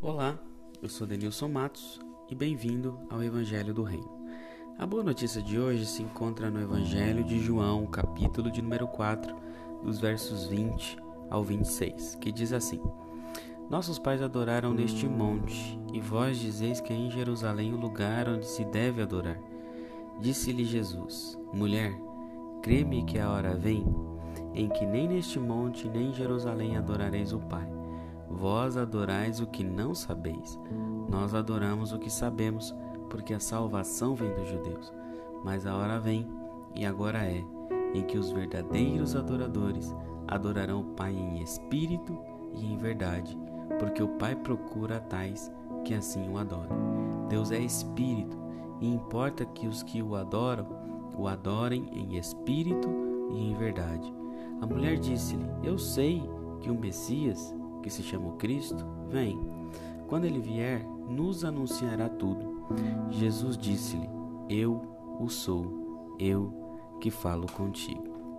Olá, eu sou Denilson Matos e bem-vindo ao Evangelho do Reino. A boa notícia de hoje se encontra no Evangelho de João, capítulo de número 4, dos versos 20 ao 26, que diz assim: Nossos pais adoraram neste monte, e vós dizeis que é em Jerusalém o lugar onde se deve adorar. Disse-lhe Jesus: Mulher, crê-me que a hora vem, em que nem neste monte nem em Jerusalém adorareis o Pai. Vós adorais o que não sabeis. Nós adoramos o que sabemos, porque a salvação vem dos judeus. Mas a hora vem, e agora é, em que os verdadeiros adoradores adorarão o Pai em espírito e em verdade, porque o Pai procura tais que assim o adorem. Deus é espírito, e importa que os que o adoram, o adorem em espírito e em verdade. A mulher disse-lhe: Eu sei que o Messias, que se chama Cristo, vem. Quando ele vier, nos anunciará tudo. Jesus disse-lhe: Eu o sou, eu que falo contigo.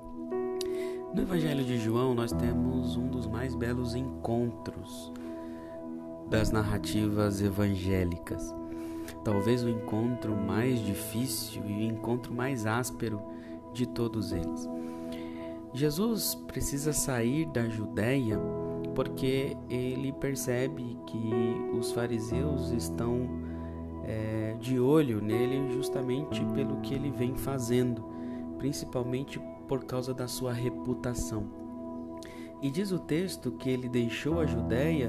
No Evangelho de João, nós temos um dos mais belos encontros das narrativas evangélicas. Talvez o encontro mais difícil e o encontro mais áspero de todos eles. Jesus precisa sair da Judéia porque ele percebe que os fariseus estão de olho nele justamente pelo que ele vem fazendo, principalmente por causa da sua reputação. E diz o texto que ele deixou a Judéia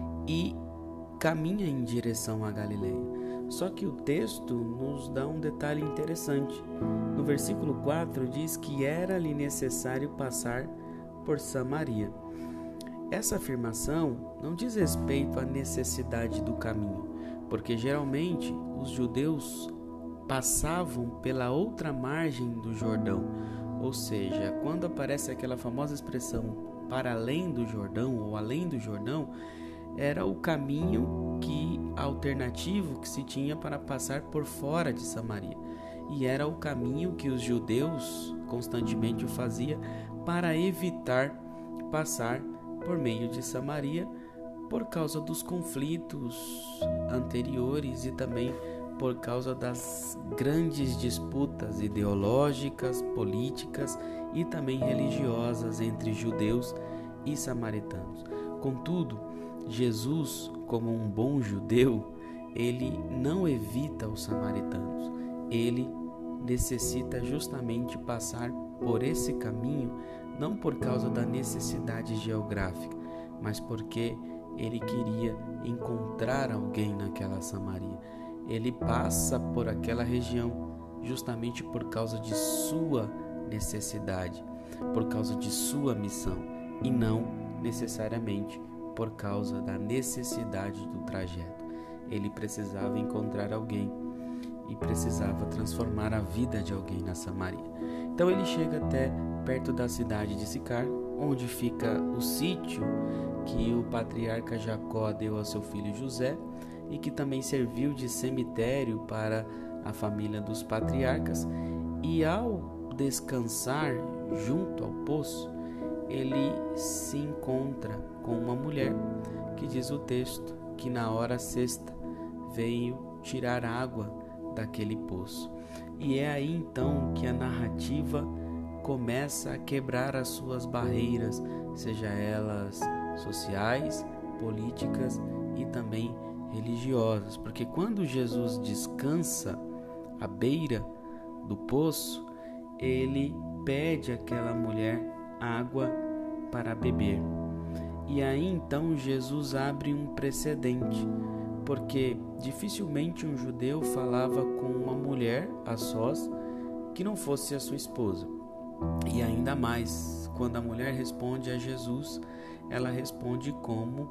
e caminha em direção à Galileia. Só que o texto nos dá um detalhe interessante. No versículo 4 diz que era-lhe necessário passar por Samaria. Essa afirmação não diz respeito à necessidade do caminho, porque geralmente os judeus passavam pela outra margem do Jordão, ou seja, quando aparece aquela famosa expressão para além do Jordão ou além do Jordão, era o caminho alternativo que se tinha para passar por fora de Samaria, e era o caminho que os judeus constantemente o faziam para evitar passar por meio de Samaria, por causa dos conflitos anteriores e também por causa das grandes disputas ideológicas, políticas e também religiosas entre judeus e samaritanos. Contudo, Jesus, como um bom judeu, ele não evita os samaritanos. Ele necessita justamente passar por esse caminho, não por causa da necessidade geográfica, mas porque ele queria encontrar alguém naquela Samaria. Ele passa por aquela região justamente por causa de sua necessidade, por causa de sua missão, e não necessariamente por causa da necessidade do trajeto. Ele precisava encontrar alguém e precisava transformar a vida de alguém na Samaria. Então ele chega até perto da cidade de Sicar, onde fica o sítio que o patriarca Jacó deu ao seu filho José e que também serviu de cemitério para a família dos patriarcas. E ao descansar junto ao poço, ele se encontra com uma mulher que diz o texto que na hora sexta veio tirar água daquele poço. E é aí então que a narrativa começa a quebrar as suas barreiras, seja elas sociais, políticas e também religiosas, porque quando Jesus descansa à beira do poço, ele pede àquela mulher água para beber. E aí então Jesus abre um precedente, porque dificilmente um judeu falava com uma mulher a sós que não fosse a sua esposa. E ainda mais, quando a mulher responde a Jesus, ela responde como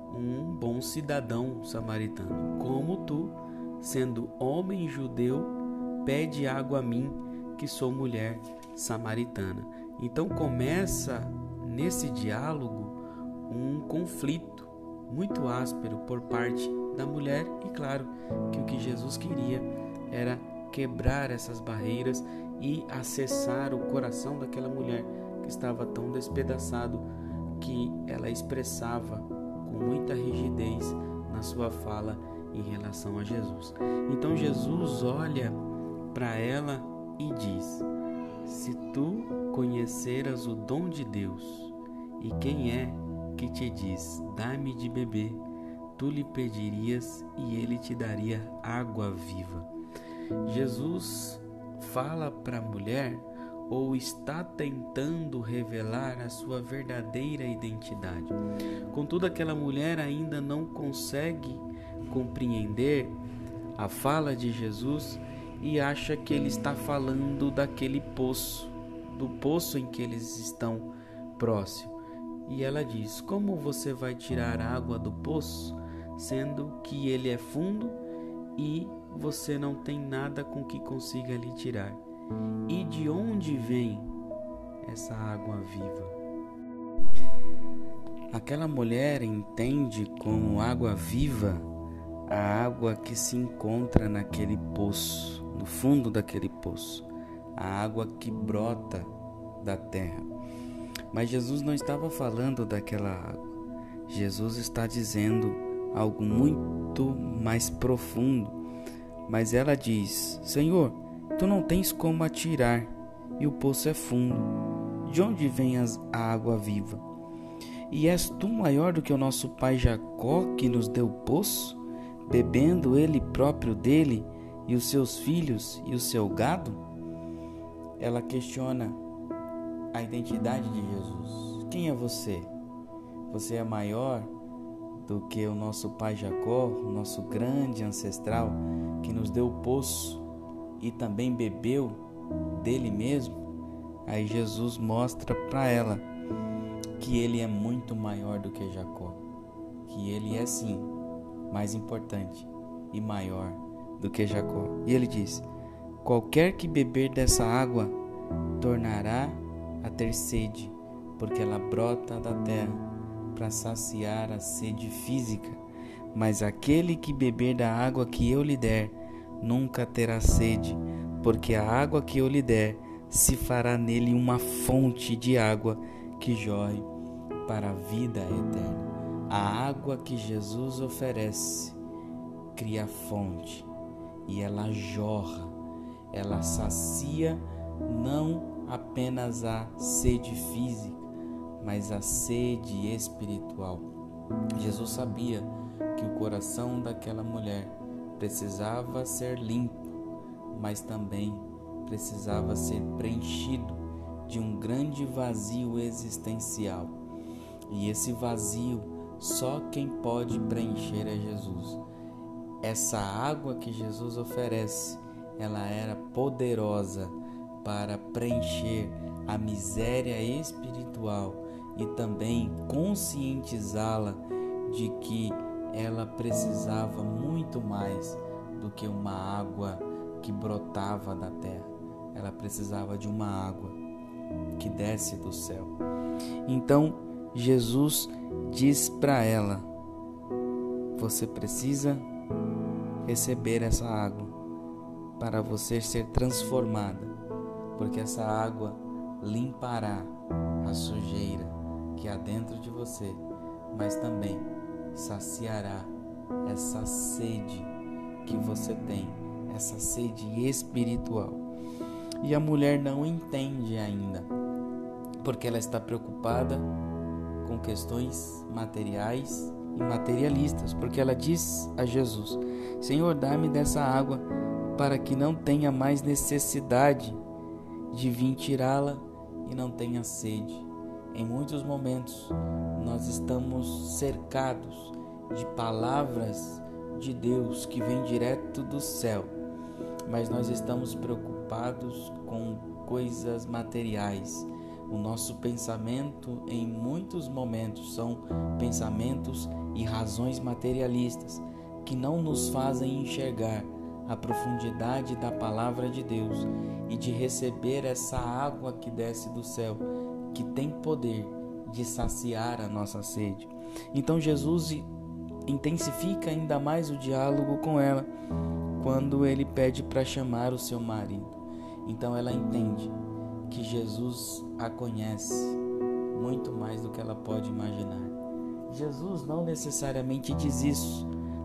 um bom cidadão samaritano. Como tu, sendo homem judeu, pede água a mim, que sou mulher samaritana. Então começa nesse diálogo um conflito muito áspero por parte da mulher, e claro que o que Jesus queria era quebrar essas barreiras e acessar o coração daquela mulher que estava tão despedaçado que ela expressava com muita rigidez na sua fala em relação a Jesus. Então Jesus olha para ela e diz: se tu conheceras o dom de Deus e quem é que te diz, dá-me de beber, tu lhe pedirias e ele te daria água viva. Jesus fala para a mulher, ou está tentando revelar a sua verdadeira identidade. Contudo, aquela mulher ainda não consegue compreender a fala de Jesus e acha que ele está falando daquele poço, do poço em que eles estão próximos. E ela diz: como você vai tirar água do poço, sendo que ele é fundo e você não tem nada com que consiga lhe tirar? E de onde vem essa água viva? Aquela mulher entende como água viva a água que se encontra naquele poço, no fundo daquele poço, a água que brota da terra. Mas Jesus não estava falando daquela água. Jesus está dizendo algo muito mais profundo. Mas ela diz: Senhor, tu não tens como atirar, e o poço é fundo. De onde vem a água viva? E és tu maior do que o nosso pai Jacó, que nos deu o poço, bebendo ele próprio dele, e os seus filhos e o seu gado? Ela questiona a identidade de Jesus. Quem é você? Você é maior do que o nosso pai Jacó, o nosso grande ancestral, que nos deu o poço e também bebeu dele mesmo? Aí Jesus mostra para ela que ele é muito maior do que Jacó, que ele é sim mais importante e maior do que Jacó. E ele diz: qualquer que beber dessa água tornará a ter sede, porque ela brota da terra para saciar a sede física. Mas aquele que beber da água que eu lhe der nunca terá sede, porque a água que eu lhe der se fará nele uma fonte de água que jorre para a vida eterna. A água que Jesus oferece cria fonte e ela jorra, ela sacia não apenas a sede física, mas a sede espiritual. Jesus sabia que o coração daquela mulher precisava ser limpo, mas também precisava ser preenchido de um grande vazio existencial. E esse vazio, só quem pode preencher é Jesus. Essa água que Jesus oferece, ela era poderosa para preencher a miséria espiritual e também conscientizá-la de que ela precisava muito mais do que uma água que brotava da terra. Ela precisava de uma água que desce do céu. Então Jesus diz para ela: você precisa receber essa água para você ser transformada, porque essa água limpará a sujeira que há dentro de você, mas também saciará essa sede que você tem, essa sede espiritual. E a mulher não entende ainda, porque ela está preocupada com questões materiais e materialistas, porque ela diz a Jesus: Senhor, dá-me dessa água para que não tenha mais necessidade de vir tirá-la e não tenha sede. Em muitos momentos nós estamos cercados de palavras de Deus que vêm direto do céu, mas nós estamos preocupados com coisas materiais. O nosso pensamento em muitos momentos são pensamentos e razões materialistas que não nos fazem enxergar a profundidade da palavra de Deus e de receber essa água que desce do céu, que tem poder de saciar a nossa sede. Então Jesus intensifica ainda mais o diálogo com ela quando ele pede para chamar o seu marido. Então ela entende que Jesus a conhece muito mais do que ela pode imaginar. Jesus não necessariamente diz isso,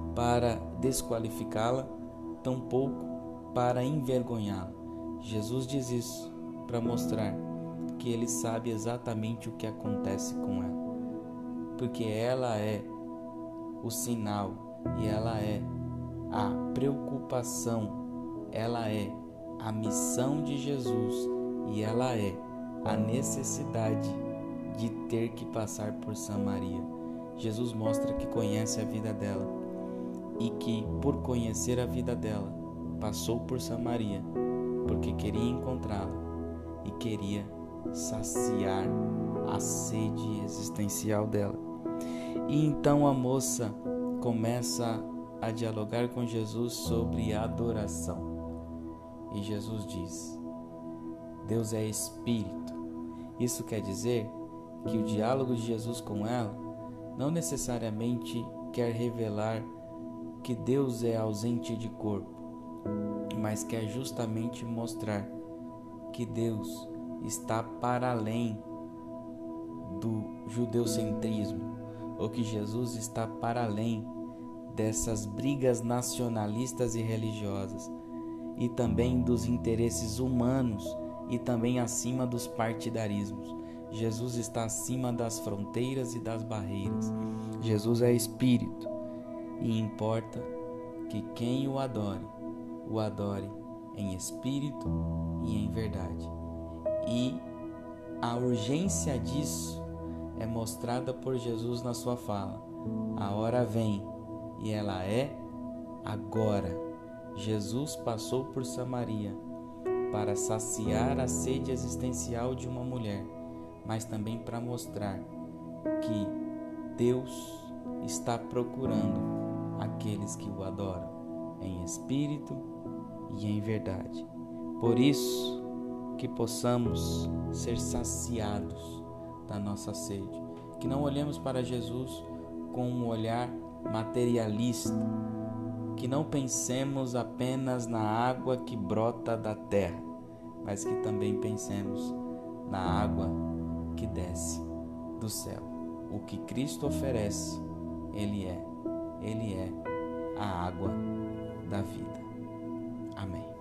para desqualificá-la, tampouco para envergonhá-la. Jesus diz isso para mostrar que ele sabe exatamente o que acontece com ela, porque ela é o sinal e ela é a preocupação, ela é a missão de Jesus e ela é a necessidade de ter que passar por Samaria. Jesus mostra que conhece a vida dela e que, por conhecer a vida dela, passou por Samaria porque queria encontrá-la e queria saciar a sede existencial dela. E então a moça começa a dialogar com Jesus sobre adoração. E Jesus diz: Deus é Espírito. Isso quer dizer que o diálogo de Jesus com ela não necessariamente quer revelar que Deus é ausente de corpo, mas quer justamente mostrar que Deus está para além do judeocentrismo, ou que Jesus está para além dessas brigas nacionalistas e religiosas, e também dos interesses humanos, e também acima dos partidarismos. Jesus está acima das fronteiras e das barreiras. Jesus é Espírito e importa que quem o adore em espírito e em verdade. E a urgência disso é mostrada por Jesus na sua fala. A hora vem e ela é agora. Jesus passou por Samaria para saciar a sede existencial de uma mulher, mas também para mostrar que Deus está procurando aqueles que o adoram em espírito e em verdade. Por isso que possamos ser saciados da nossa sede, que não olhemos para Jesus com um olhar materialista, que não pensemos apenas na água que brota da terra, mas que também pensemos na água que desce do céu. O que Cristo oferece, Ele é a água da vida. Amém.